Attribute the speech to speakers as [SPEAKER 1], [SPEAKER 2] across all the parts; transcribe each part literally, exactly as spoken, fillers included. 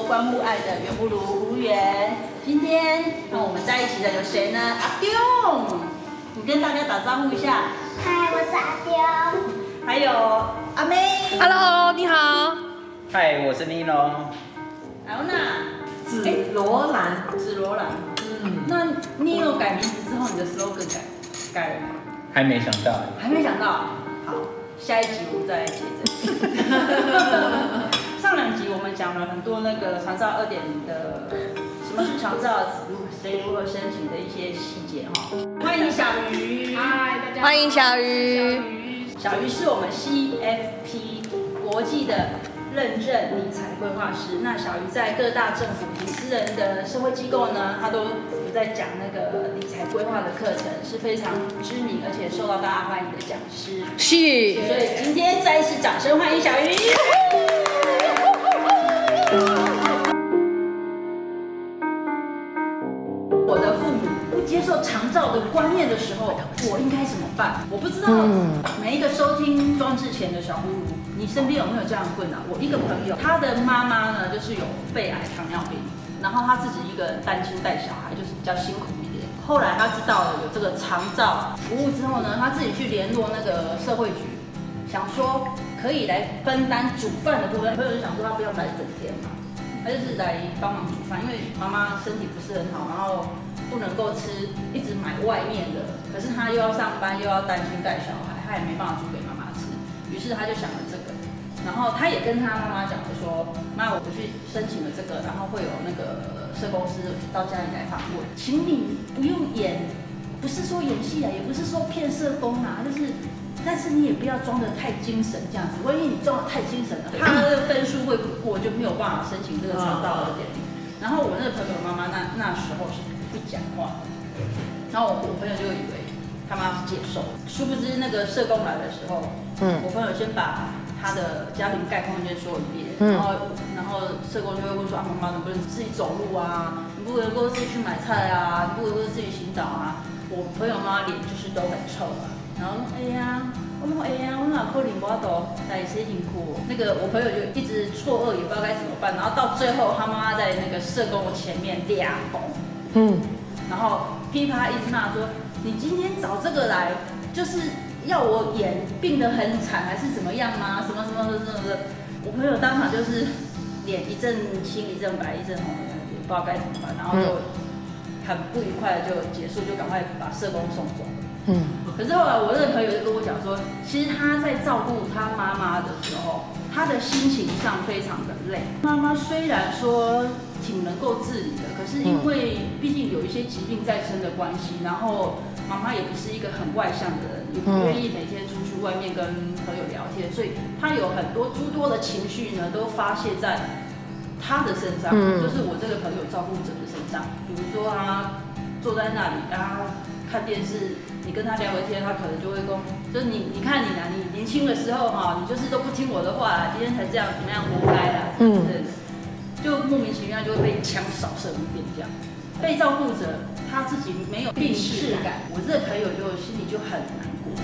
[SPEAKER 1] 活关乎爱的圆葫芦服务员。今天跟我们在一起的有谁呢？阿丢，你跟大家打招呼一下。
[SPEAKER 2] 嗨，我是阿丢。
[SPEAKER 1] 还有阿妹。
[SPEAKER 3] Hello， 你好。
[SPEAKER 4] 嗨，我是尼龙。
[SPEAKER 1] 还有那
[SPEAKER 3] 紫罗兰，
[SPEAKER 1] 紫罗兰。嗯，那你有改名字之后，你的 slogan 改改了吗？
[SPEAKER 4] 还没想到。
[SPEAKER 1] 还没想到。好，下一集我们再来接着。上两集我们讲了很多那个长照二点零的，什么是长照，谁如何申请的一些细节哈。欢迎小鱼。
[SPEAKER 3] 嗨，大家好。欢迎小鱼。
[SPEAKER 1] 小鱼是我们 C F P 国际的认证理财规划师。那小鱼在各大政府及私人的社会机构呢，他都有在讲那个理财规划的课程，是非常知名而且受到大家欢迎的讲师。
[SPEAKER 3] 是。
[SPEAKER 1] 所以今天再一次掌声欢迎小鱼。我的父母不接受长照的观念的时候，我应该怎么办？我不知道每一个收听装置前的小葫芦，你身边有没有这样的困扰？我一个朋友，他的妈妈呢就是有肺癌、糖尿病，然后他自己一个人单亲带小孩，就是比较辛苦一点。后来他知道了有这个长照服务之后呢，他自己去联络那个社会局，想说可以来分担煮饭的部分。朋友就想说他不要来整天嘛。他就是来帮忙煮饭，因为妈妈身体不是很好，然后不能够吃一直买外面的，可是他又要上班又要担心带小孩，他也没办法煮给妈妈吃，于是他就想了这个，然后他也跟他妈妈讲了说，妈，我回去申请了这个，然后会有那个社工师到家里来访问，请你不用演，不是说演戏啊，也不是说骗社工啊，就是。但是你也不要装得太精神这样子，万一你装得太精神了，他的分数会不过，就没有办法申请这个长照二点零。然后我那个朋友妈妈那那时候是不讲话的，然后我我朋友就以为他妈是接受，殊不知那个社工来的时候，嗯，我朋友先把他的家庭概况先说一遍，嗯、然后然后社工就会问说啊，妈妈能不能自己走路啊？你不能够自己去买菜啊？你不能够自己洗澡啊？我朋友妈脸就是都很臭啊。然后哎呀，我说哎呀，我哪可能我都在谁辛苦？那个我朋友就一直错愕，也不知道该怎么办。然后到最后，他妈妈在那个社工的前面俩拱，嗯，然后噼啪一直骂说：“你今天找这个来，就是要我演病得很惨，还是怎么样吗？什么什么什么什么的。”我朋友当场就是脸一阵青一阵白一阵红的感觉，不知道该怎么办，然后就很不愉快的就结束，就赶快把社工送走了。嗯，可是后来我那个朋友就跟我讲说，其实他在照顾他妈妈的时候，他的心情上非常的累。妈妈虽然说挺能够自理的，可是因为毕竟有一些疾病在身的关系，然后妈妈也不是一个很外向的人，也不愿意每天出去外面跟朋友聊天，所以他有很多诸多的情绪呢，都发泄在他的身上，就是我这个朋友照顾者的身上。比如说他坐在那里，然后看电视。你跟他聊个天，他可能就会说，就是你，你看你啊，你年轻的时候哈，你就是都不听我的话啦，今天才这样，怎么样，活该啦，之类的，就莫名其妙就会被枪扫射一遍这样。被照顾者他自己没有病耻感，我这个朋友就心里就很难过。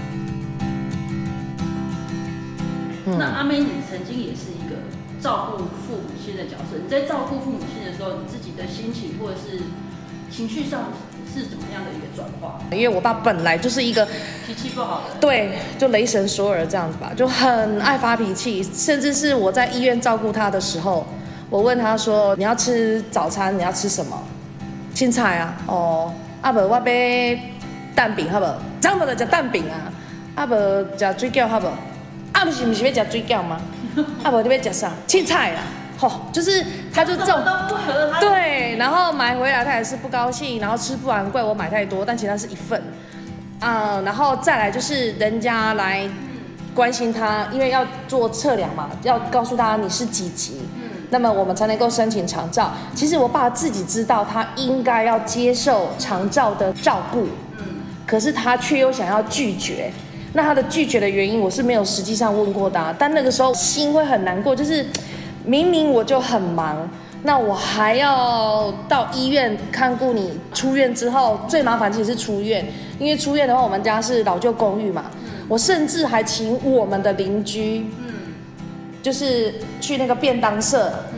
[SPEAKER 1] 嗯、那阿妹，你曾经也是一个照顾父母亲的角色，你在照顾父母亲的时候，你自己的心情或者是情绪上。是怎么样的一个转化？
[SPEAKER 3] 因为我爸本来就是一个
[SPEAKER 1] 脾气不好的，
[SPEAKER 3] 对，就雷神索尔这样子吧，就很爱发脾气。甚至是我在医院照顾他的时候，我问他说：“你要吃早餐，你要吃什么？青菜啊，哦，啊不，我要蛋饼好不好？这样不就吃蛋饼啊？啊不，吃水饺好不好？啊不是不是要吃水饺吗？啊不，你要吃啥？青菜啦。”哦，就是他就这种对，然后买回来他也是不高兴，然后吃不完怪我买太多，但其实它是一份，啊、呃，然后再来就是人家来关心他，因为要做测量嘛，要告诉他你是几级，嗯，那么我们才能够申请长照。其实我爸自己知道他应该要接受长照的照顾，嗯，可是他却又想要拒绝。那他的拒绝的原因，我是没有实际上问过他，但那个时候心会很难过，就是。明明我就很忙，那我还要到医院看顾你。出院之后最麻烦其实是出院，因为出院的话，我们家是老旧公寓嘛，嗯、我甚至还请我们的邻居，嗯，就是去那个便当社，嗯、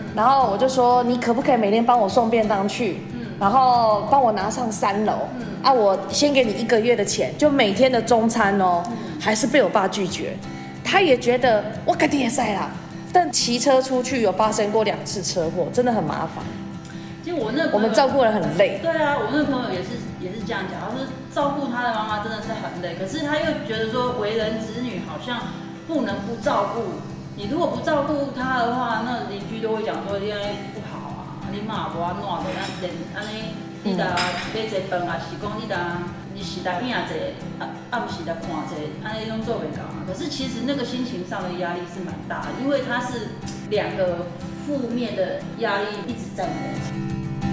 [SPEAKER 3] 然后我就说你可不可以每天帮我送便当去，嗯、然后帮我拿上三楼，嗯、啊，我先给你一个月的钱，就每天的中餐哦，嗯、还是被我爸拒绝。他也觉得我肯定也在啦，但骑车出去有发生过两次车祸，真的很麻烦。
[SPEAKER 1] 其实我那
[SPEAKER 3] 我们照顾人很累。
[SPEAKER 1] 对啊，我那朋友也是也是这样讲，他说照顾他的妈妈真的是很累，可是他又觉得说为人子女好像不能不照顾。你如果不照顾他的话，那邻居都会讲说你安不好啊，你妈无安怎的，咱连安尼你呾买一饭啊，是讲你呾你是呾影者，啊啊不是呾看者，安尼拢做袂到啊。可是其实那个心情上的压力是蛮大的，因为他是两个负面的压力一直在你面前。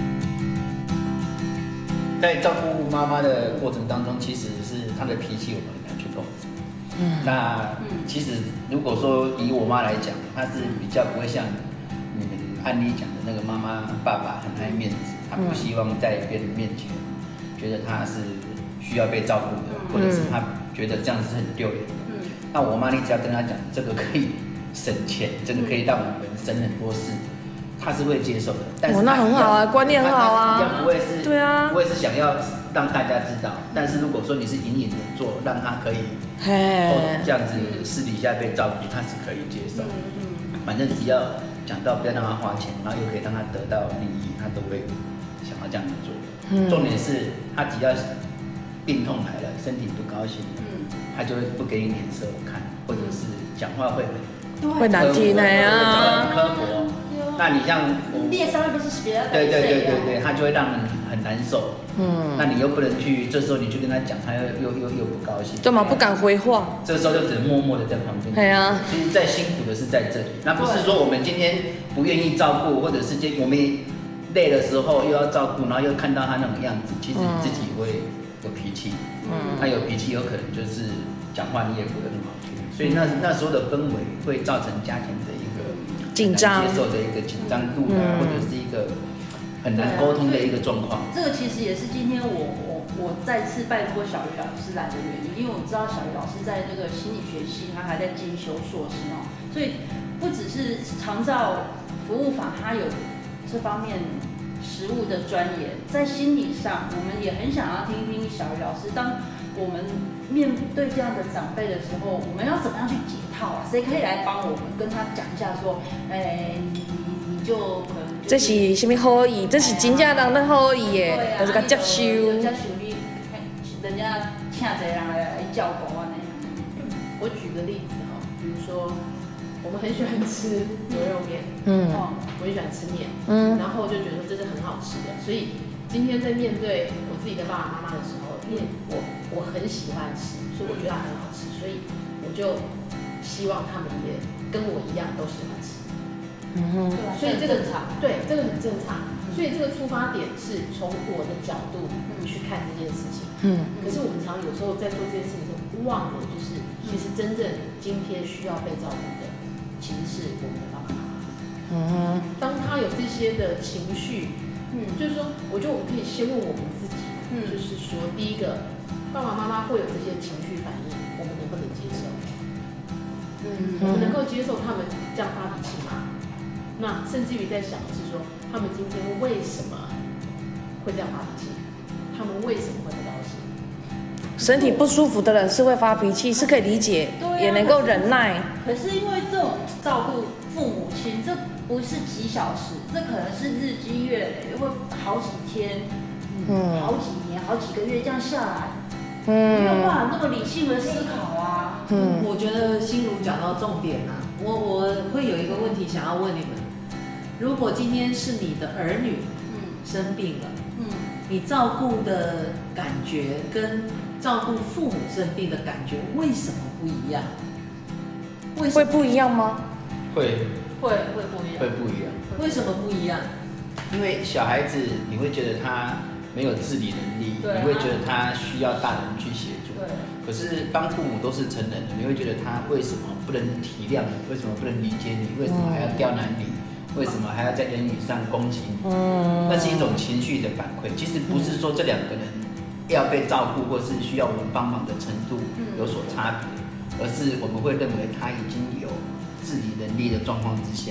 [SPEAKER 4] 在照顾妈妈的过程当中，其实是她的脾气我们很难去控制。嗯，那其实如果说以我妈来讲，她是比较不会像你们案例讲的那个妈妈爸爸很爱面子，她不希望在别人面前觉得她是需要被照顾的，或者是她觉得这样是很丢脸的。嗯，那我妈你只要跟她讲这个可以省钱，这个可以让我们省很多事。他是会接受的，但是
[SPEAKER 3] 哦，那很好啊，观念很好啊，
[SPEAKER 4] 一样不会是，
[SPEAKER 3] 对啊，
[SPEAKER 4] 不会是想要让大家知道。但是如果说你是隐隐的做，让他可以，哦，这样子私底下被照顾，他是可以接受。嗯，反正只要讲到不要让他花钱，然后又可以让他得到利益，他都会想要这样子做。嗯，重点是他只要病痛来了，身体不高兴，嗯，他就会不给你脸色看，或者是讲话会很
[SPEAKER 3] 会难听的呀，
[SPEAKER 4] 刻薄。那你像我，
[SPEAKER 1] 猎杀不是别的，
[SPEAKER 4] 对对对对对，他就会让你很难受。嗯，那你又不能去，这时候你去跟他讲，他又又又又不高兴，
[SPEAKER 3] 干嘛不敢回话？
[SPEAKER 4] 这时候就只能默默的在旁边。
[SPEAKER 3] 对啊，
[SPEAKER 4] 其实再辛苦的是在这里，那不是说我们今天不愿意照顾，或者是今我们累的时候又要照顾，然后又看到他那种样子，其实你自己会有脾气。嗯，他有脾气，有可能就是讲话你也不会那么好听，所以那那时候的氛围会造成家庭的一个
[SPEAKER 3] 紧张
[SPEAKER 4] 接受的一个紧张度啊，嗯、或者是一个很难沟通的一个状况。
[SPEAKER 1] 这个其实也是今天我我我再次拜托小鱼老师来的原因，因为我知道小鱼老师在这个心理学系，他还在进修硕士哦，所以不只是长照服务法，它有这方面实务的专研，在心理上，我们也很想要听听小鱼老师，当我们面对这样的长辈的时候，我们要怎么样去解套啊？谁可以来帮我们跟他讲一下说，哎，你你你就可能、就是、
[SPEAKER 3] 这是什么好意？这是真正人的好意耶，就是甲接受。
[SPEAKER 1] 接受你，人家请一个人来照顾啊那样。
[SPEAKER 5] 我举个例子哈，比如说我们很喜欢吃牛肉面，
[SPEAKER 3] 嗯，
[SPEAKER 5] 哦，我也喜欢吃面，嗯，然后我就觉得说这是很好吃的，所以今天在面对我自己的爸爸妈妈的时候，因为我我很喜欢吃，所以我觉得它很好吃，所以我就希望他们也跟我一样都喜欢吃。嗯哼，所以这个对这个很正常，所以这个出发点是从我的角度去看这件事情。嗯，可是我们常有时候在做这件事情的时候，忘了就是其实真正今天需要被照顾的，其实是我们的爸爸妈妈。嗯哼，当他有这些的情绪，嗯，就是说，我觉得我们可以先问我们自己，嗯，就是说，第一个，爸爸妈妈会有这些情绪反应，我们能不能接受？嗯，我们能够接受他们这样发脾气吗？那甚至于在想的是说，他们今天为什么会这样发脾气？他们为什么会不高兴？
[SPEAKER 3] 身体不舒服的人是会发脾气，是可以理解，啊、也能够忍耐。
[SPEAKER 1] 可是因为这种照顾父母亲，这不是几小时，这可能是日积月累，会好几天，嗯，好几年、好几个月这样下来，嗯，没有办法那么理性的思考啊。
[SPEAKER 6] 嗯，我觉得心如讲到重点啊，我我会有一个问题想要问你们：如果今天是你的儿女，嗯，生病了，嗯，你照顾的感觉跟照顾父母生病的感觉为什么不一样？
[SPEAKER 3] 为会不一样吗？
[SPEAKER 4] 会，
[SPEAKER 1] 会会不一样，
[SPEAKER 4] 会不一样。
[SPEAKER 6] 为什么不一样？
[SPEAKER 4] 因为小孩子你会觉得他没有自理能力，
[SPEAKER 1] 对，
[SPEAKER 4] 你会觉得他需要大人去协助。
[SPEAKER 1] 对。
[SPEAKER 4] 可是当父母都是成人的，你会觉得他为什么不能体谅你？为什么不能理解你？为什么还要刁难你？为什么还要在言语上攻击你？嗯，那是一种情绪的反馈。其实不是说这两个人要被照顾或是需要我们帮忙的程度有所差别，而是我们会认为他已经有自理能力的状况之下，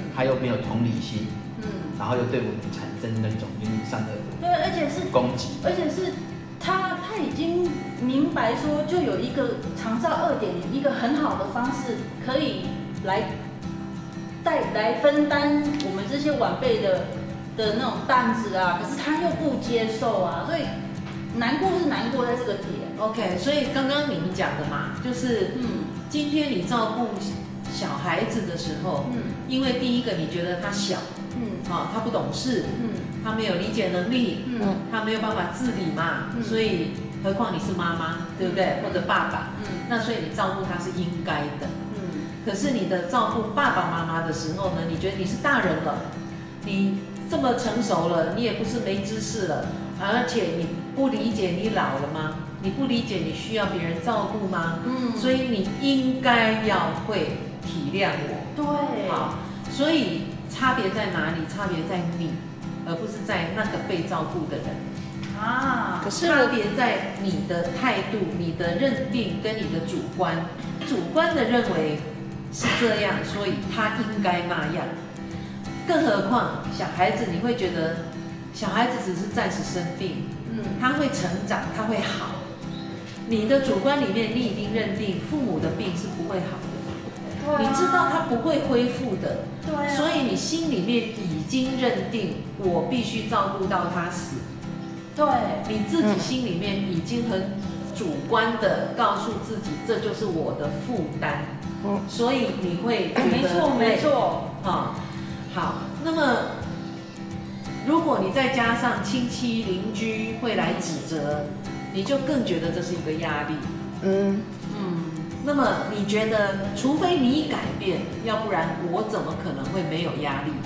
[SPEAKER 4] 他又没有同理心，
[SPEAKER 1] 嗯，
[SPEAKER 4] 然后又对我们产生那种言语上的
[SPEAKER 1] 对，而且是
[SPEAKER 4] 攻击，
[SPEAKER 1] 而且是他他已经明白说，就有一个长照二点零一个很好的方式，可以来带来分担我们这些晚辈的的那种担子啊，可是他又不接受啊，所以难过是难过在这个点。
[SPEAKER 6] OK， 所以刚刚你们讲的嘛，就是嗯，今天你照顾小孩子的时候，嗯，因为第一个你觉得他小，嗯，啊、哦，他不懂事，嗯，他没有理解能力，嗯，他没有办法自理嘛，嗯、所以何况你是妈妈，对不对？或者爸爸，嗯，那所以你照顾他是应该的，嗯，可是你的照顾爸爸妈妈的时候呢，你觉得你是大人了，你这么成熟了，你也不是没知识了，而且你不理解你老了吗？你不理解你需要别人照顾吗？嗯，所以你应该要会体谅我。
[SPEAKER 1] 对，
[SPEAKER 6] 好，所以差别在哪里？差别在你，而不是在那个被照顾的人。
[SPEAKER 1] 啊，
[SPEAKER 6] 可是差别在你的态度、你的认定跟你的主观。主观的认为是这样，所以他应该那样。更何况小孩子，你会觉得小孩子只是暂时生病，嗯，他会成长，他会好。你的主观里面，你已经认定父母的病是不会好的，啊、你知道他不会恢复的，对、啊，所以你心里面已经认定我必须照顾到他死，对，你自己心里面已经很主观的告诉自己，这就是我的负担，嗯，所以你会觉得
[SPEAKER 1] 没错没错，
[SPEAKER 6] 啊，好，那么如果你再加上亲戚邻居会来指责。你就更觉得这是一个压力，嗯嗯。那么你觉得，除非你改变，要不然我怎么可能会没有压力？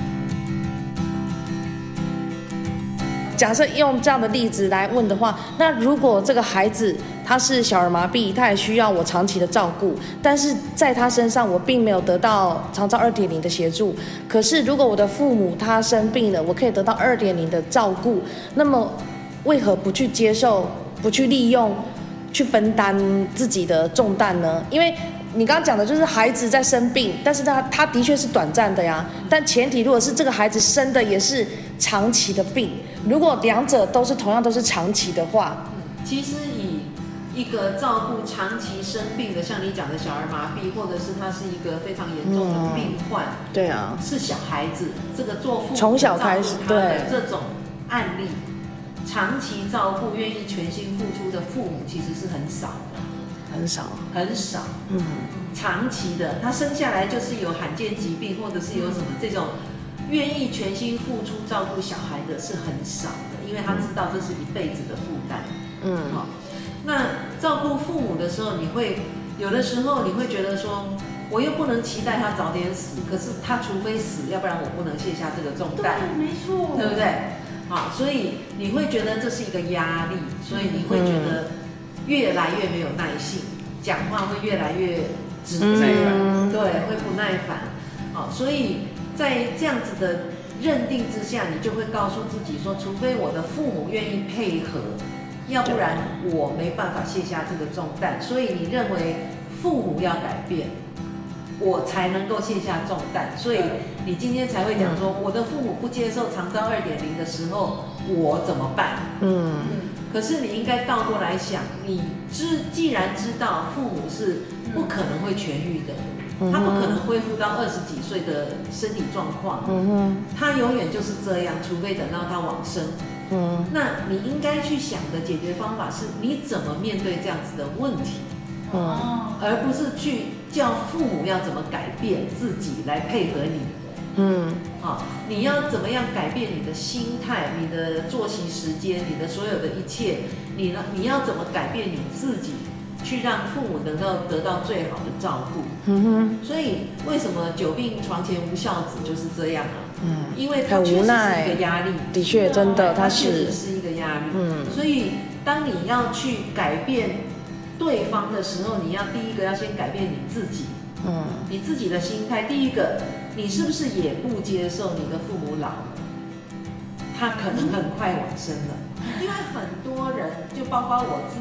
[SPEAKER 3] 假设用这样的例子来问的话，那如果这个孩子他是小儿麻痹，他也需要我长期的照顾，但是在他身上我并没有得到长照二点零的协助。可是如果我的父母他生病了，我可以得到二点零的照顾，那么为何不去接受？不去利用，去分担自己的重担呢？因为你刚刚讲的就是孩子在生病，但是他他的确是短暂的呀。但前提如果是这个孩子生的也是长期的病，如果两者都是同样都是长期的话，
[SPEAKER 6] 嗯，其实以一个照顾长期生病的，像你讲的小儿麻痹，或者是他是一个非常严重的病患，嗯、
[SPEAKER 3] 对啊，
[SPEAKER 6] 是小孩子，这个做父母
[SPEAKER 3] 从小开始
[SPEAKER 6] 对这种案例。长期照顾、愿意全心付出的父母其实是很少的，
[SPEAKER 3] 很少，
[SPEAKER 6] 很少。嗯，长期的，他生下来就是有罕见疾病，或者是有什么这种愿意全心付出照顾小孩的是很少的，因为他知道这是一辈子的负担。嗯，好。那照顾父母的时候，你会有的时候你会觉得说，我又不能期待他早点死，可是他除非死，要不然我不能卸下这个重担。
[SPEAKER 1] 对，没错，
[SPEAKER 6] 对不对？好，所以你会觉得这是一个压力，所以你会觉得越来越没有耐性，讲话会越来越直接，嗯、对，会不耐烦。好，所以在这样子的认定之下，你就会告诉自己说，除非我的父母愿意配合，要不然我没办法卸下这个重担。所以你认为父母要改变，我才能够卸下重担，所以你今天才会讲说，我的父母不接受长照二点零的时候，我怎么办？嗯，可是你应该倒过来想，你知既然知道父母是不可能会痊愈的，嗯、他不可能恢复到二十几岁的身体状况，嗯哼，他永远就是这样，除非等到他往生。嗯，那你应该去想的解决方法是，你怎么面对这样子的问题？哦，而不是去叫父母要怎么改变自己来配合你。嗯，好，你要怎么样改变你的心态、你的作息时间、你的所有的一切？你呢？你要怎么改变你自己，去让父母能够得到最好的照顾？嗯哼。所以为什么久病床前无孝子就是这样啊？嗯，因为他确实是一个压力。
[SPEAKER 3] 的确，真的，他
[SPEAKER 6] 确实是一个压力。嗯，所以当你要去改变对方的时候，你要第一个要先改变你自己，嗯，你自己的心态。第一个，你是不是也不接受你的父母老了，他可能很快往生了？因为很多人，就包括我自己，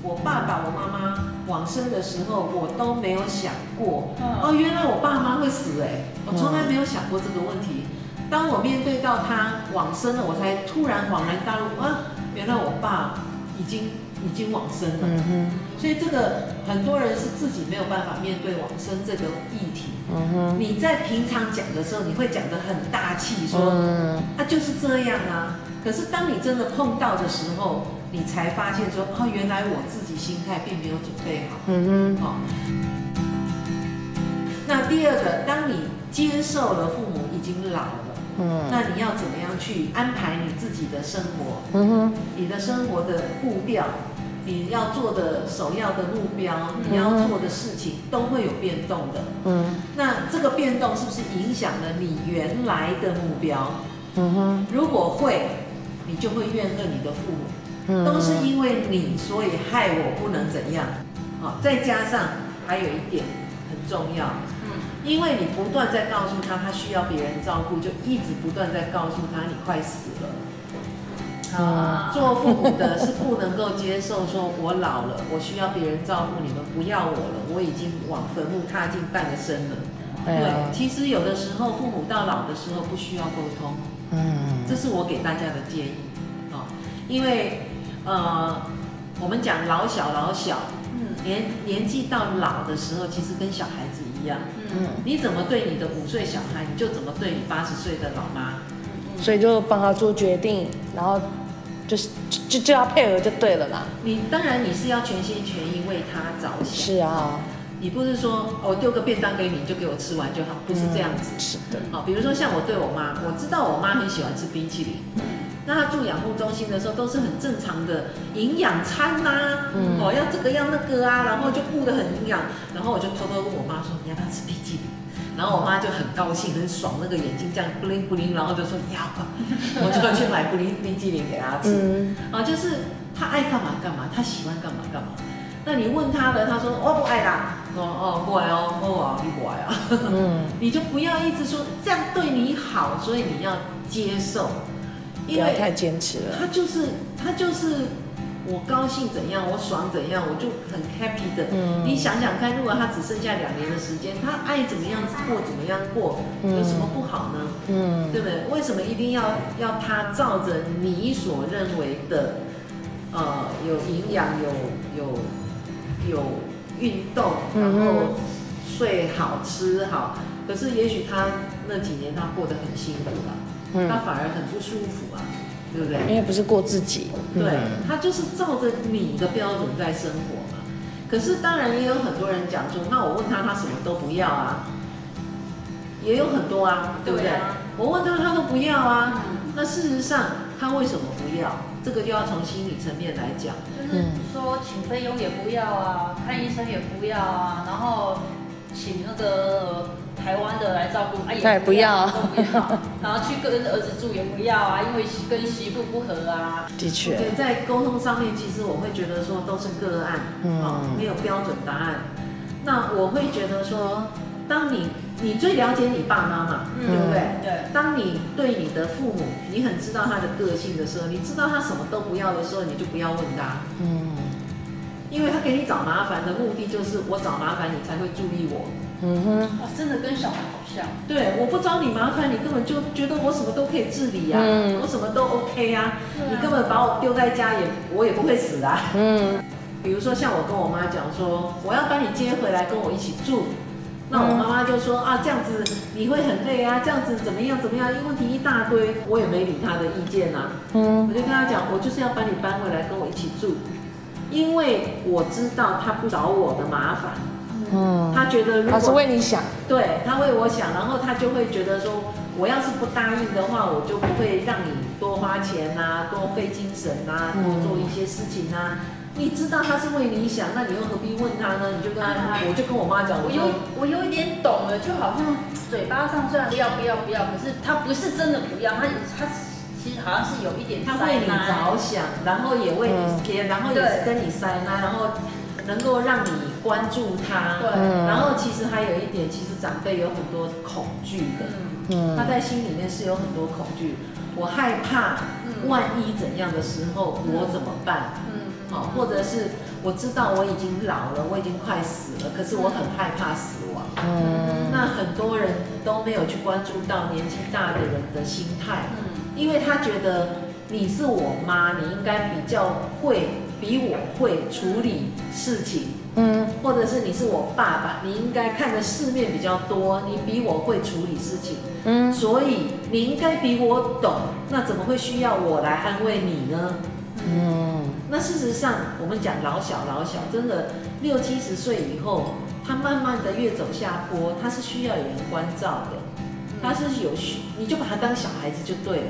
[SPEAKER 6] 我爸爸、我妈妈往生的时候，我都没有想过，
[SPEAKER 1] 嗯
[SPEAKER 6] 哦，原来我爸妈会死哎，我从来没有想过这个问题。当我面对到他往生了，我才突然恍然大悟啊，原来我爸已经已经往生了。
[SPEAKER 3] 嗯哼，
[SPEAKER 6] 所以这个很多人是自己没有办法面对往生这个议题。
[SPEAKER 3] 嗯哼，
[SPEAKER 6] 你在平常讲的时候，你会讲得很大气，说、
[SPEAKER 3] 嗯、
[SPEAKER 6] 啊就是这样啊。可是当你真的碰到的时候，你才发现说，哦，原来我自己心态并没有准备好。
[SPEAKER 3] 嗯哼，
[SPEAKER 6] 哦。那第二个，当你接受了父母已经老了，嗯，那你要怎么样去安排你自己的生活？嗯哼，你的生活的步调，你要做的首要的目标，你要做的事情都会有变动的。嗯，那这个变动是不是影响了你原来的目标？嗯哼，如果会，你就会怨恨你的父母。嗯，都是因为你，所以害我不能怎样。好，再加上还有一点很重要，嗯，因为你不断在告诉他他需要别人照顾，就一直不断在告诉他你快死了。啊、嗯，做父母的是不能够接受说我老了，我需要别人照顾，你们不要我了，我已经往坟墓踏进半个身了。对，对，其实有的时候父母到老的时候不需要沟通，嗯，这是我给大家的建议。哦，因为呃，我们讲老小老小，嗯，年年纪到老的时候，其实跟小孩子一样，嗯，你怎么对你的五岁小孩，你就怎么对你八十岁的老妈，
[SPEAKER 3] 所以就帮他做决定，然后就是就就要配合就对了啦。
[SPEAKER 6] 你当然你是要全心全意为他着想，
[SPEAKER 3] 是啊，
[SPEAKER 6] 你不是说我丢个便当给你，你就给我吃完就好，不是这样子，
[SPEAKER 3] 嗯、是的。
[SPEAKER 6] 好，比如说像我对我妈，我知道我妈很喜欢吃冰淇淋。那他住养护中心的时候，都是很正常的营养餐呐、啊，嗯、哦，要这个要那个啊，然后就顾得很营养。然后我就偷偷问我妈说：“你要不要吃冰淇淋？”然后我妈就很高兴、很爽，那个眼睛这样布灵布灵，然后就说要，我就去买布灵冰淇淋给她吃。嗯、啊，就是她爱干嘛干嘛，她喜欢干嘛干嘛。那你问她的，她说我不爱啦，说哦不爱哦，我啊你不爱啊，嗯，你就不要一直说这样对你好，所以你要接受。
[SPEAKER 3] 不要太坚持了。
[SPEAKER 6] 他就是他就是我高兴怎样，我爽怎样，我就很 happy 的。嗯，你想想看，如果他只剩下两年的时间，他爱怎么样过怎么样过，有什么不好呢？嗯，对不对？为什么一定要要他照着你所认为的，呃，有营养、有有有运动，然后睡好吃好？可是也许他那几年他过得很辛苦了。嗯、他反而很不舒服啊，对不对？
[SPEAKER 3] 因为不是过自己，
[SPEAKER 6] 对、嗯、他就是照着你的标准在生活嘛。可是当然也有很多人讲说，那我问他，他什么都不要啊，也有很多啊，对不对？对啊、我问他，他都不要啊。嗯、那事实上他为什么不要？这个就要从心理层面来讲，
[SPEAKER 1] 就是说请菲佣也不要啊，看医生也不要啊，然后请那个。台湾的来照顾，啊也不要，都不要，然后去跟儿子住也不要啊，因为跟媳妇不合啊。
[SPEAKER 3] 的确，
[SPEAKER 6] 对，在沟通上面，其实我会觉得说都是个案，嗯、哦，没有标准答案。那我会觉得说，当你你最了解你爸妈嘛，嗯、对不对？对。当你对你的父母，你很知道他的个性的时候，你知道他什么都不要的时候，你就不要问他，嗯，因为他给你找麻烦的目的就是我找麻烦，你才会注意我。
[SPEAKER 1] 嗯哼，哇，真的跟小孩好像。
[SPEAKER 6] 对，我不找你麻烦，你根本就觉得我什么都可以自理啊，嗯、我什么都 OK 啊，啊你根本把我丢在家也，我也不会死啊。嗯，比如说像我跟我妈讲说，我要把你接回来跟我一起住，那我妈妈就说啊，这样子你会很累啊，这样子怎么样怎么样，问题一大堆，我也没理她的意见啊。嗯，我就跟她讲，我就是要把你搬回来跟我一起住，因为我知道她不找我的麻烦。嗯，他觉得如果
[SPEAKER 3] 他是为你想，
[SPEAKER 6] 对他为我想，然后他就会觉得说，我要是不答应的话，我就不会让你多花钱啊，多费精神啊，多做一些事情啊。嗯、你知道他是为你想，那你又何必问他呢？你就跟他，嗯、我就跟我妈讲，
[SPEAKER 1] 我有我有一点懂了，就好像嘴巴上虽然不要不要不要，可是他不是真的不要，他他其实好像是有一点
[SPEAKER 6] 他为你着想，然后也为你，嗯、然后也是跟你塞奶，然后。能够让你关注他，对，然后其实还有一点，其实长辈有很多恐惧的，嗯，他在心里面是有很多恐惧，我害怕，万一怎样的时候，我怎么办？嗯，好，或者是我知道我已经老了，我已经快死了，可是我很害怕死亡。
[SPEAKER 3] 嗯，
[SPEAKER 6] 那很多人都没有去关注到年纪大的人的心态，
[SPEAKER 1] 嗯，
[SPEAKER 6] 因为他觉得你是我妈，你应该比较会比我会处理事情，
[SPEAKER 3] 嗯，
[SPEAKER 6] 或者是你是我爸爸，你应该看的世面比较多，你比我会处理事情，
[SPEAKER 3] 嗯，
[SPEAKER 6] 所以你应该比我懂，那怎么会需要我来安慰你呢？
[SPEAKER 3] 嗯，
[SPEAKER 6] 那事实上，我们讲老小老小，真的六七十岁以后，他慢慢的越走下坡，他是需要有人关照的，他是有需，你就把他当小孩子就对了。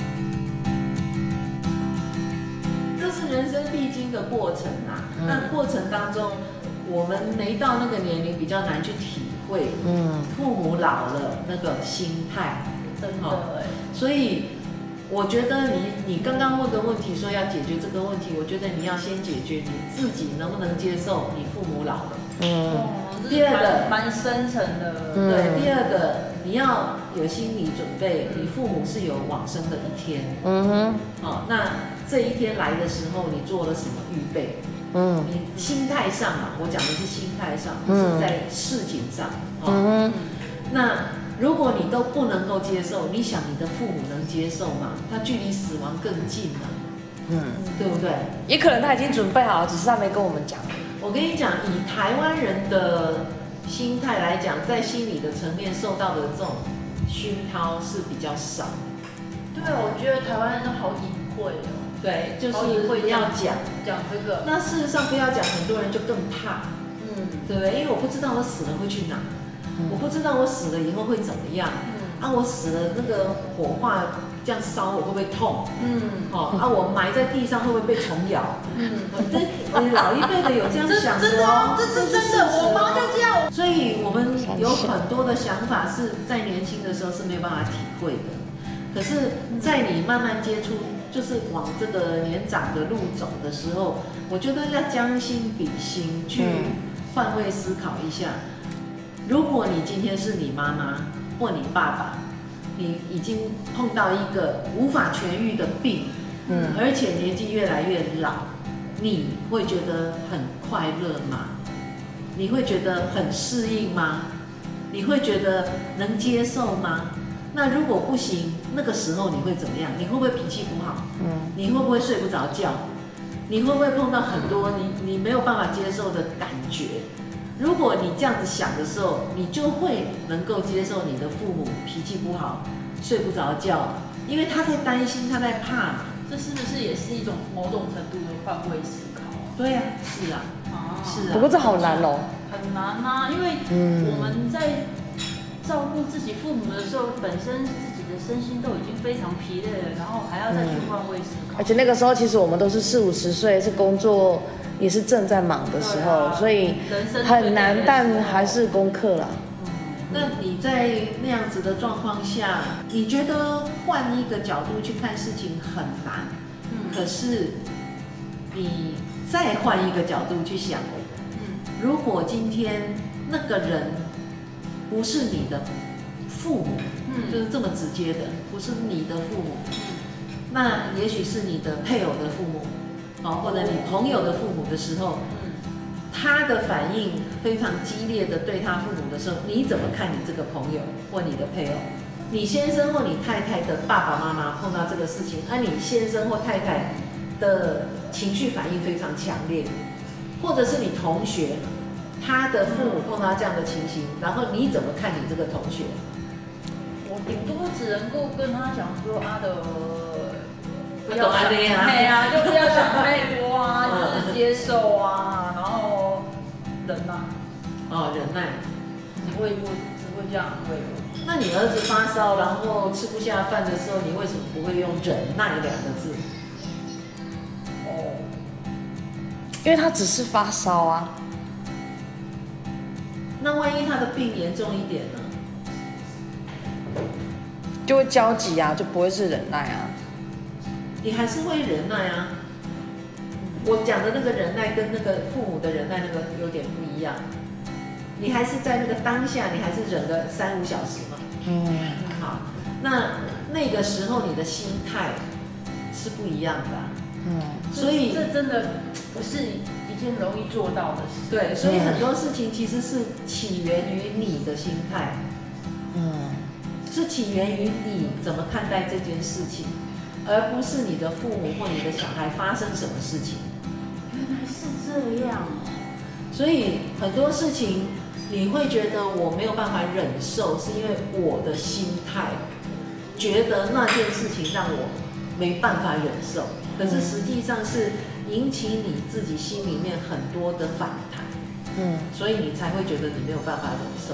[SPEAKER 6] 这是人生必经的过程啊，
[SPEAKER 3] 嗯
[SPEAKER 6] 那过程当中，我们没到那个年龄，比较难去体会，
[SPEAKER 3] 嗯，
[SPEAKER 6] 父母老了那个心态，
[SPEAKER 1] 真的哎，
[SPEAKER 6] 所以。我觉得你你刚刚问的问题说要解决这个问题，我觉得你要先解决你自己能不能接受你父母老了。
[SPEAKER 3] 嗯，
[SPEAKER 1] 哦，这
[SPEAKER 6] 第二个
[SPEAKER 1] 蛮蛮深层的，
[SPEAKER 3] 嗯
[SPEAKER 6] 对，第二个你要有心理准备，你父母是有往生的一天。
[SPEAKER 3] 嗯哼，
[SPEAKER 6] 哦，那这一天来的时候，你做了什么预备？
[SPEAKER 3] 嗯，
[SPEAKER 6] 你心态上嘛，我讲的是心态上，不
[SPEAKER 3] 嗯
[SPEAKER 6] 是在事情上。哦，
[SPEAKER 3] 嗯哼，
[SPEAKER 6] 那。如果你都不能够接受，你想你的父母能接受吗？他距离死亡更近了，
[SPEAKER 3] 嗯，
[SPEAKER 6] 对不对？
[SPEAKER 3] 也可能他已经准备好了，只是他没跟我们讲。
[SPEAKER 6] 我跟你讲，以台湾人的心态来讲，在心理的层面受到的这种熏陶是比较少。
[SPEAKER 1] 对，我觉得台湾人都好隐晦哦，
[SPEAKER 6] 对，就
[SPEAKER 1] 好隐晦
[SPEAKER 6] 是不要讲
[SPEAKER 1] 讲这个，
[SPEAKER 6] 那事实上不要讲，很多人就更怕，
[SPEAKER 1] 嗯，
[SPEAKER 6] 对不对？因为我不知道我死了会去哪。
[SPEAKER 3] 嗯
[SPEAKER 6] 我不知道我死了以后会怎么样，
[SPEAKER 1] 嗯，
[SPEAKER 6] 啊，我死了那个火化这样烧我会不会痛？
[SPEAKER 1] 嗯，
[SPEAKER 6] 哦，啊，我埋在地上会不会被虫咬？
[SPEAKER 1] 嗯，
[SPEAKER 6] 这老一辈的有这样想
[SPEAKER 1] 真的哦，这是真的，我妈就这样。
[SPEAKER 6] 所以我们有很多的想法是在年轻的时候是没有办法体会的，可是，在你慢慢接触，就是往这个年长的路走的时候，我觉得要将心比心，去换位思考一下。如果你今天是你妈妈或你爸爸，你已经碰到一个无法痊愈的病，嗯，而且年纪越来越老，你会觉得很快乐吗？你会觉得很适应吗？你会觉得能接受吗？那如果不行，那个时候你会怎么样？你会不会脾气不好？嗯，你会不会睡不着觉？你会不会碰到很多你你没有办法接受的感觉？如果你这样子想的时候，你就会能够接受你的父母脾气不好，睡不着觉，因为他在担心，他在怕。
[SPEAKER 1] 这是不是也是一种某种程度的换位思考？
[SPEAKER 6] 对呀、啊，是啊，
[SPEAKER 1] 啊，
[SPEAKER 6] 是啊。
[SPEAKER 3] 不过这好难哦，
[SPEAKER 1] 很难啊，因为我们在照顾自己父母的时候，本身自己的身心都已经非常疲累了，然后还要再去换位思考。
[SPEAKER 3] 而且那个时候其实我们都是四五十岁，是工作也是正在忙的时候，
[SPEAKER 1] 啊、
[SPEAKER 3] 所以很难，但还是功课啦。
[SPEAKER 6] 那你在那样子的状况下，你觉得换一个角度去看事情很难，嗯，可是你再换一个角度去想，嗯，如果今天那个人不是你的父母，嗯，就是这么直接的，不是你的父母，嗯，那也许是你的配偶的父母，哦，或者你朋友的父母的时候，嗯，他的反应非常激烈的对他父母的时候，你怎么看你这个朋友或你的配偶？你先生或你太太的爸爸妈妈碰到这个事情，而、啊、你先生或太太的情绪反应非常强烈，或者是你同学，他的父母碰到这样的情形，然后你怎么看你这个同学？
[SPEAKER 1] 我顶多只能够跟他讲说啊的，
[SPEAKER 6] 不要想
[SPEAKER 1] 太啊，就不要想太多啊，就是接受啊，然后忍耐。
[SPEAKER 6] 哦，忍耐，
[SPEAKER 1] 只会不只会这样安慰我。
[SPEAKER 6] 那你儿子发烧，然后吃不下饭的时候，你为什么不会用忍耐两个字？
[SPEAKER 1] 哦，
[SPEAKER 3] 因为他只是发烧啊。
[SPEAKER 6] 那万一他的病严重一点呢？
[SPEAKER 3] 就会焦急啊，就不会是忍耐啊。
[SPEAKER 6] 你还是会忍耐啊。我讲的那个忍耐跟那个父母的忍耐那个有点不一样。你还是在那个当下，你还是忍个三五小时嘛。嗯。好，那那个时候你的心态是不一样的、啊。嗯。所以
[SPEAKER 1] 这真的不是一件容易做到的事。
[SPEAKER 6] 对，所以很多事情其实是起源于你的心态，
[SPEAKER 3] 嗯，
[SPEAKER 6] 是起源于你怎么看待这件事情，而不是你的父母或你的小孩发生什么事情。
[SPEAKER 1] 原来是这样。
[SPEAKER 6] 所以很多事情你会觉得我没有办法忍受，是因为我的心态觉得那件事情让我没办法忍受，可是实际上是引起你自己心里面很多的反弹，
[SPEAKER 3] 嗯，
[SPEAKER 6] 所以你才会觉得你没有办法忍受。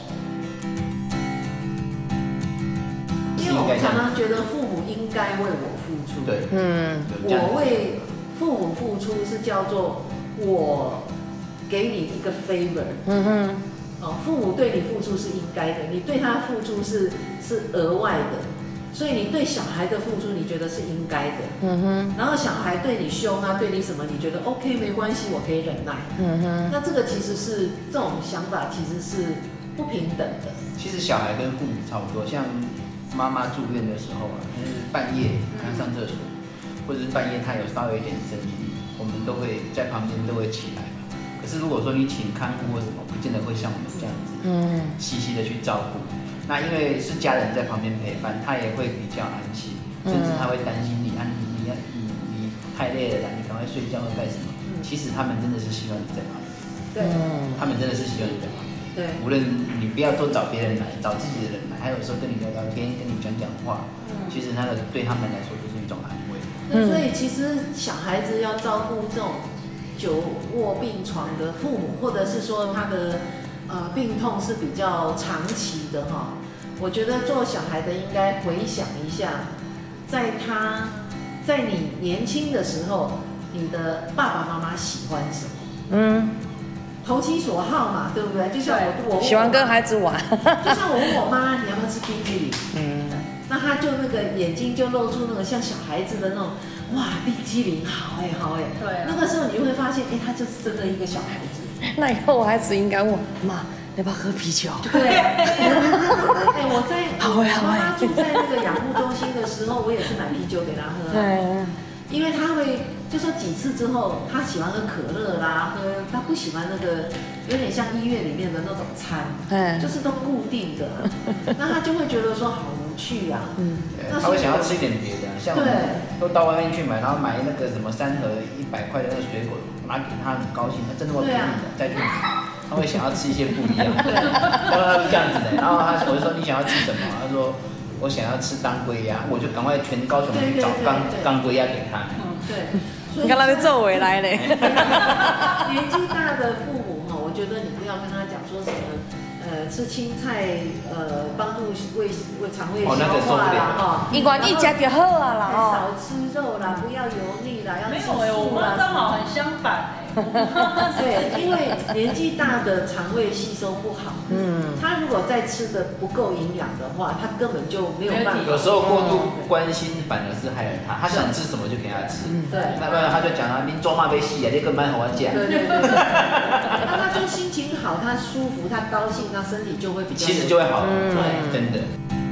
[SPEAKER 6] 因为我常常觉得父母应该为我付出，
[SPEAKER 4] 对，
[SPEAKER 3] 嗯，
[SPEAKER 6] 我为父母付出是叫做我给你一个 favor，
[SPEAKER 3] 嗯哼，
[SPEAKER 6] 哦，父母对你付出是应该的，你对他付出是是额外的，所以你对小孩的付出你觉得是应该的，
[SPEAKER 3] 嗯哼，
[SPEAKER 6] 然后小孩对你凶啊，对你什么，你觉得 OK 没关系，我可以忍耐，
[SPEAKER 3] 嗯哼，
[SPEAKER 6] 那这个其实是这种想法其实是不平等的。
[SPEAKER 4] 其实小孩跟父母差不多，像妈妈住院的时候啊，就是半夜她上厕所，或者是半夜她有稍微一点声音，我们都会在旁边都会起来嘛。可是如果说你请看护或什么，不见得会像我们这样子，嗯，细细的去照顾。那因为是家人在旁边陪伴，他也会比较安心，甚至他会担心你，啊你你你你太累了啦，你赶快睡觉或干什么？其实他们真的是希望你在旁边，
[SPEAKER 6] 对，
[SPEAKER 4] 他们真的是希望你在旁边。
[SPEAKER 6] 对，
[SPEAKER 4] 无论你不要多找别人来，找自己的人来，还有时候跟你聊聊天，跟你讲讲话，其实那个对他们来说就是一种安慰。
[SPEAKER 6] 那所以其实小孩子要照顾这种久卧病床的父母，或者是说他的呃病痛是比较长期的哈，我觉得做小孩的应该回想一下，在他在你年轻的时候，你的爸爸妈妈喜欢什么？嗯。投其所好嘛，对不对？就像我我
[SPEAKER 3] 喜欢跟孩子玩，
[SPEAKER 6] 就像我问我妈你要不要吃冰淇淋，嗯，那她就那个眼睛就露出那个像小孩子的那种，哇，冰淇淋好哎、欸、好哎、欸，对、啊，那个时候你就会发现，哎、欸，他就是真的一个小孩子。
[SPEAKER 3] 那以后我孩子应该问妈，要不要喝啤酒？
[SPEAKER 6] 对，哎、欸，我在
[SPEAKER 3] 好哎好哎，
[SPEAKER 6] 妈妈住在那个养护中心的时候，我也是买啤酒给她喝、啊，对，因为她会。就说几次之后，他喜欢喝可乐啦，喝他不喜欢那个有点像医院里面的那种餐，嗯，就是都固定的，那他就会觉得说好无趣啊，嗯，
[SPEAKER 4] 他会想要吃一点别的，像我们都到外面去买，然后买那个什么三盒一百块的那个水果，拿给他很高兴，他真的会便宜的再去买，他会想要吃一些不一样的，他是这样子的，然后他我就说你想要吃什么？他说我想要吃当归鸭，我就赶快全高雄去找当当归鸭给他，
[SPEAKER 6] 嗯，对。
[SPEAKER 3] 你看他被皱回来嘞。
[SPEAKER 6] 年纪大的父母哈，我觉得你不要跟他讲说什么，呃，吃青菜呃帮助胃胃肠胃消化啦哈，
[SPEAKER 3] 一管一家就好啊啦
[SPEAKER 6] 哦，少吃肉啦，不要油腻啦，要吃素啦。
[SPEAKER 1] 没有哎，我妈刚好很相反哎。
[SPEAKER 6] 对，因为年纪大的肠胃吸收不好，嗯，他如果再吃的不够营养的话，他根本就没有办法。
[SPEAKER 4] 有时候过度关心反而是害了他，他想吃什么就给他吃，嗯，对，那不然他就讲啊，您做嘛没戏啊，你根本好我讲。
[SPEAKER 6] 对对对，那他就心情好，他舒服，他高兴，他身体就会比较，
[SPEAKER 4] 其实就会好，
[SPEAKER 6] 对，
[SPEAKER 4] 真的。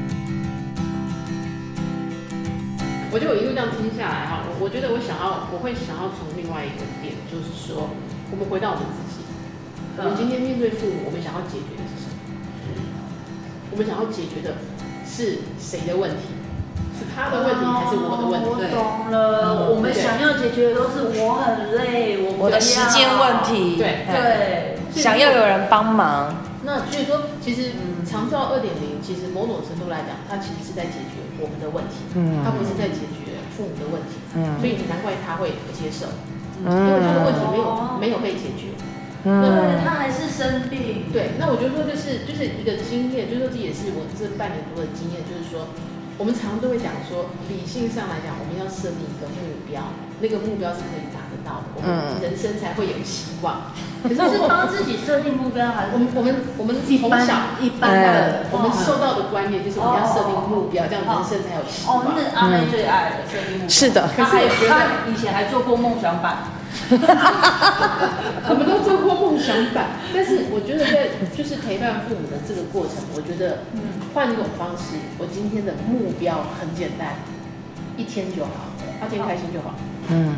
[SPEAKER 5] 我觉得我一路这样听下来哈，我觉得我想要，我会想要从另外一个点，就是说，我们回到我们自己，我们今天面对父母，我们想要解决的是什么？我们想要解决的是谁的问题？是他的问题还是我的问题？
[SPEAKER 1] 我懂了，我们想要解决的都是我很累，我
[SPEAKER 3] 我的时间问题，
[SPEAKER 5] 对
[SPEAKER 1] 对，
[SPEAKER 3] 想要有人帮忙。
[SPEAKER 5] 那所以说，其实长照二点零，其实某种程度来讲，它其实是在解决我们的问题，嗯，它不是在解决父母的问题，嗯，所以难怪他会不接受，嗯，因为他的问题没有没有被解决，
[SPEAKER 1] 嗯，对，他还是生病，
[SPEAKER 5] 对，那我觉得说就是就是一个经验，就是说这也是我这半年多的经验，就是说我们常常都会讲说，理性上来讲，我们要设定一个目标，那个目标是可以达得到的，我们人生才会有希望。
[SPEAKER 1] 可是是帮自己设定目标，还是
[SPEAKER 5] 我们我们我们从小一般的我们受到的观念就是我们要设定目标，这样人生才有希望。
[SPEAKER 1] 哦，那阿妹最爱的设定目标。
[SPEAKER 3] 是的，
[SPEAKER 1] 可是我觉得他以前还做过梦想版。
[SPEAKER 5] 我们都做过梦想版，但是我觉得在就是陪伴父母的这个过程，我觉得换一种方式，我今天的目标很简单，一天就好，他今天开心就好。嗯，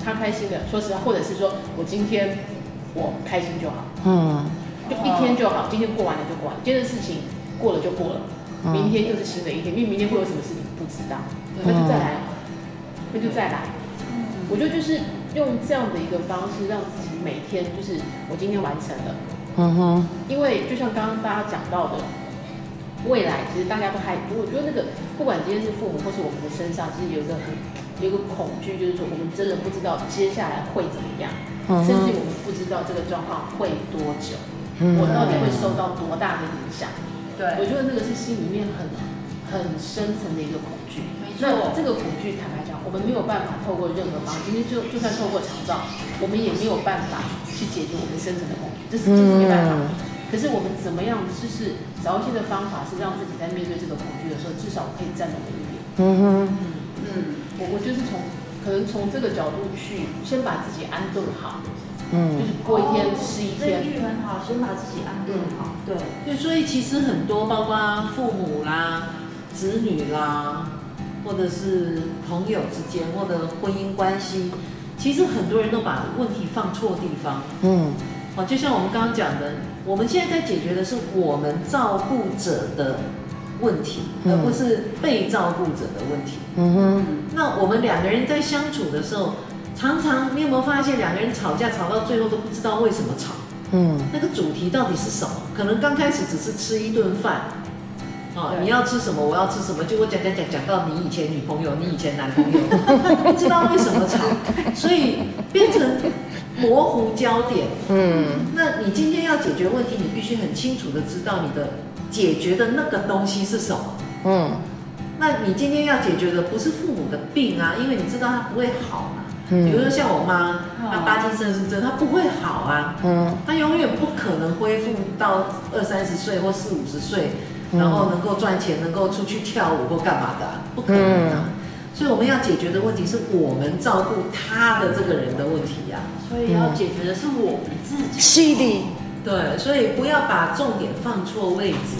[SPEAKER 5] 他开心的，说实话，或者是说我今天我开心就好，
[SPEAKER 3] 嗯，
[SPEAKER 5] 就一天就好，今天过完了就过完了，今天的事情过了就过了，明天又是新的一天，因为明天会有什么事情不知道，那就再来，那就再来。我觉得就是用这样的一个方式，让自己每天就是我今天完成了，嗯哼，因为就像刚刚大家讲到的。未来其实大家都还，我觉得那个不管今天是父母或是我们的身上，其实有一个很有一个恐惧，就是说我们真的不知道接下来会怎么样，嗯、甚至我们不知道这个状况会多久，嗯、我到底会受到多大的影响。对，我觉得那个是心里面很很深层的一个恐惧。没错，那这个恐惧坦白讲，我们没有办法透过任何方式，今天就就算透过长照，我们也没有办法去解决我们深层的恐惧，这是这是没办法。嗯可是我们怎么样，就是找一些的方法，是让自己在面对这个恐惧的时候，至少可以站得稳一点。嗯哼，嗯，我我就是从可能从这个角度去，先把自己安顿好。嗯，就是过一天是一天。这句很好，先把自己安顿好。对。
[SPEAKER 6] 对，所以其实很多，包括父母啦、子女啦，或者是朋友之间，或者婚姻关系，其实很多人都把问题放错地方。嗯。哦，就像我们刚刚讲的，我们现在在解决的是我们照顾者的问题，嗯、而不是被照顾者的问题。嗯哼。那我们两个人在相处的时候，常常你有没有发现，两个人吵架吵到最后都不知道为什么吵？嗯。那个主题到底是什么？可能刚开始只是吃一顿饭，哦，你要吃什么，我要吃什么，结果讲讲讲讲到你以前女朋友，你以前男朋友，不知道为什么吵，所以变成。模糊焦点，嗯，那你今天要解决问题，你必须很清楚的知道你的解决的那个东西是什么，嗯，那你今天要解决的不是父母的病啊，因为你知道他不会好嘛，嗯，比如说像我妈，她巴金森氏症，她不会好啊，嗯，她永远不可能恢复到二三十岁或四五十岁，然后能够赚钱，能够出去跳舞或干嘛的、啊，不可能啊。所以我们要解决的问题是我们照顾他的这个人的问题呀、啊，
[SPEAKER 1] 所以要解决的是我们自己。
[SPEAKER 3] 是的，
[SPEAKER 6] 对，所以不要把重点放错位置。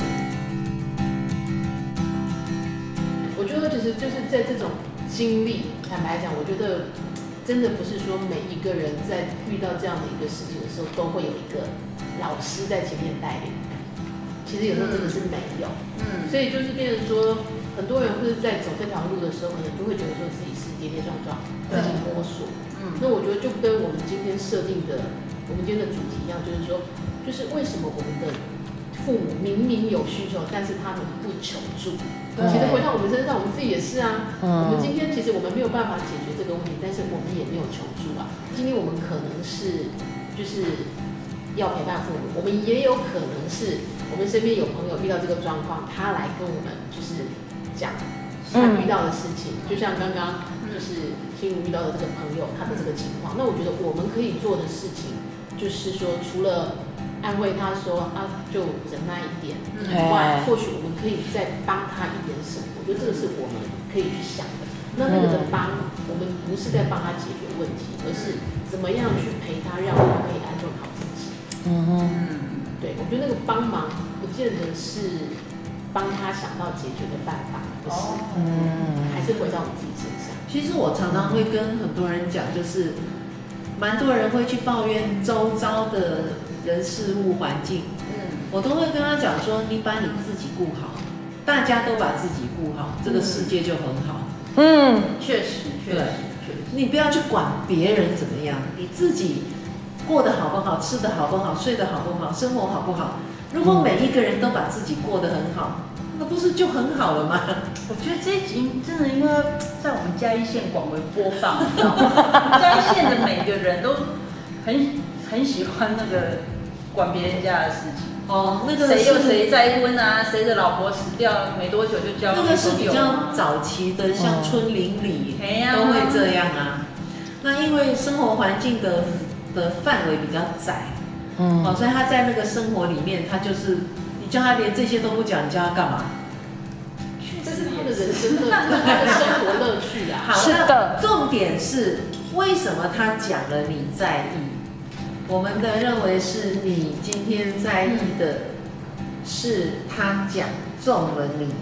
[SPEAKER 5] 我觉得其实就是在这种经历，坦白讲，我觉得真的不是说每一个人在遇到这样的一个事情的时候，都会有一个老师在前面带领。其实有时候真的是没有，嗯，所以就是变成说。很多人会在走这条路的时候，可能就会觉得说自己是跌跌撞撞，自己摸索。嗯，那我觉得就跟我们今天设定的，我们今天的主题一样，就是说，就是为什么我们的父母明明有需求，但是他们不求助。其实回到我们身上，我们自己也是啊。嗯，我们今天其实我们没有办法解决这个问题，但是我们也没有求助啊。今天我们可能是就是要陪伴父母，我们也有可能是我们身边有朋友遇到这个状况，他来跟我们就是。讲他遇到的事情，嗯、就像刚刚就是心如遇到的这个朋友，他的这个情况，那我觉得我们可以做的事情，就是说除了安慰他说啊就忍耐一点以外，嗯、或许我们可以再帮他一点什么。我觉得这个是我们可以去想的。那那个的帮，我们不是在帮他解决问题，而是怎么样去陪他，让他可以安顿好自己。嗯哼，对，我觉得那个帮忙不见得是。帮他想到解决的办法，不是，嗯，还是回到我们自己身上。
[SPEAKER 6] 其实我常常会跟很多人讲，就是蛮多人会去抱怨周遭的人事物环境，嗯，我都会跟他讲说，你把你自己顾好，大家都把自己顾好，这个世界就很好。
[SPEAKER 1] 嗯，确实，确实，确实，
[SPEAKER 6] 你不要去管别人怎么样，你自己过得好不好，吃得好不好，睡得好不好，生活好不好。如果每一个人都把自己过得很好，那不是就很好了吗？
[SPEAKER 1] 我觉得这一集真的应该在我们嘉义县广为播放，你知道吗？嘉义县的每个人都很很喜欢那个管别人家的事情。
[SPEAKER 6] 哦，那个
[SPEAKER 1] 谁又谁再婚啊，谁的老婆死掉没多久就交
[SPEAKER 6] 那个是比较早期的，像村邻里、嗯、都会这样啊。那因为生活环境的的范围比较窄。嗯，哦，所以他在那个生活里面，他就是你叫他连这些都不讲，你叫他干嘛？
[SPEAKER 5] 这是他的人生乐，他的生活乐趣啊。
[SPEAKER 6] 好，那重点是为什么他讲了你在意？我们的认为是你今天在意的，是他讲中了你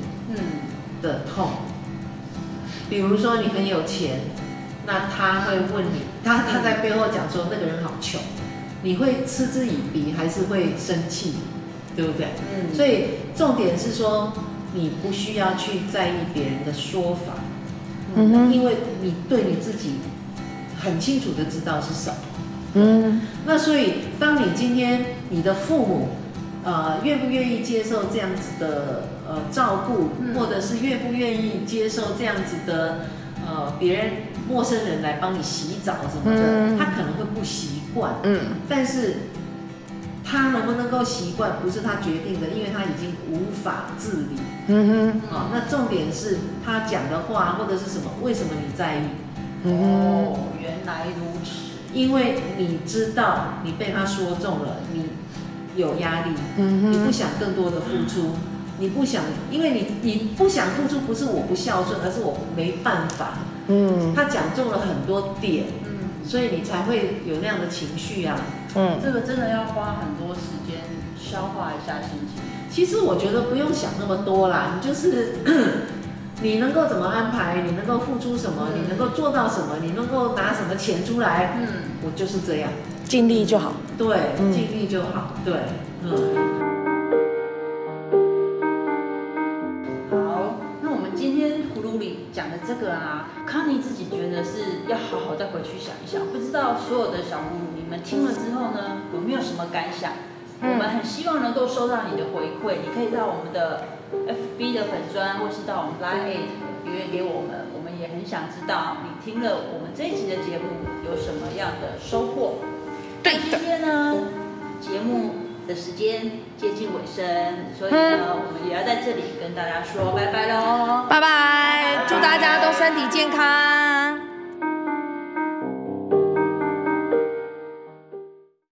[SPEAKER 6] 的痛。比如说你很有钱，那他会问你。 他他在背后讲说那个人好穷，你会嗤之以鼻还是会生气，对不对？嗯，所以重点是说你不需要去在意别人的说法，嗯，因为你对你自己很清楚的知道是什么。嗯，那所以当你今天你的父母呃愿不愿意接受这样子的呃照顾，嗯，或者是愿不愿意接受这样子的呃别人陌生人来帮你洗澡什么的，嗯，他可能会不习惯，嗯，但是他能不能够习惯不是他决定的，因为他已经无法自理。嗯哼，哦，那重点是他讲的话或者是什么，为什么你在意？
[SPEAKER 1] 哦，原来如此。
[SPEAKER 6] 因为你知道你被他说中了，你有压力，嗯，你不想更多的付出，你不想，因为你你不想付出，不是我不孝顺，而是我没办法。嗯，他讲中了很多点，嗯，所以你才会有那样的情绪啊。
[SPEAKER 1] 嗯，这个真的要花很多时间消化一下心情。
[SPEAKER 6] 其实我觉得不用想那么多啦，你就是你能够怎么安排，你能够付出什么，嗯，你能够做到什么，你能够拿什么钱出来，嗯，我就是这样，
[SPEAKER 3] 尽力就好。
[SPEAKER 6] 对，嗯，尽力就好。对，嗯。
[SPEAKER 1] 好，那我们今天葫芦里讲的这个啊，康妮自己觉得是要好好再回去想一想。不知道所有的小葫芦，你们听了之后呢，有没有什么感想？嗯，我们很希望能够收到你的回馈，你可以到我们的F B 的粉专，或是到我们 Line 留言给我们，我们也很想知道你听了我们这一集的节目有什么样的收获。
[SPEAKER 3] 对的。
[SPEAKER 1] 今天呢，节目的时间接近尾声，所以呢，嗯，我们也要在这里跟大家说拜拜喽，
[SPEAKER 3] 拜拜，祝大家都身体健康。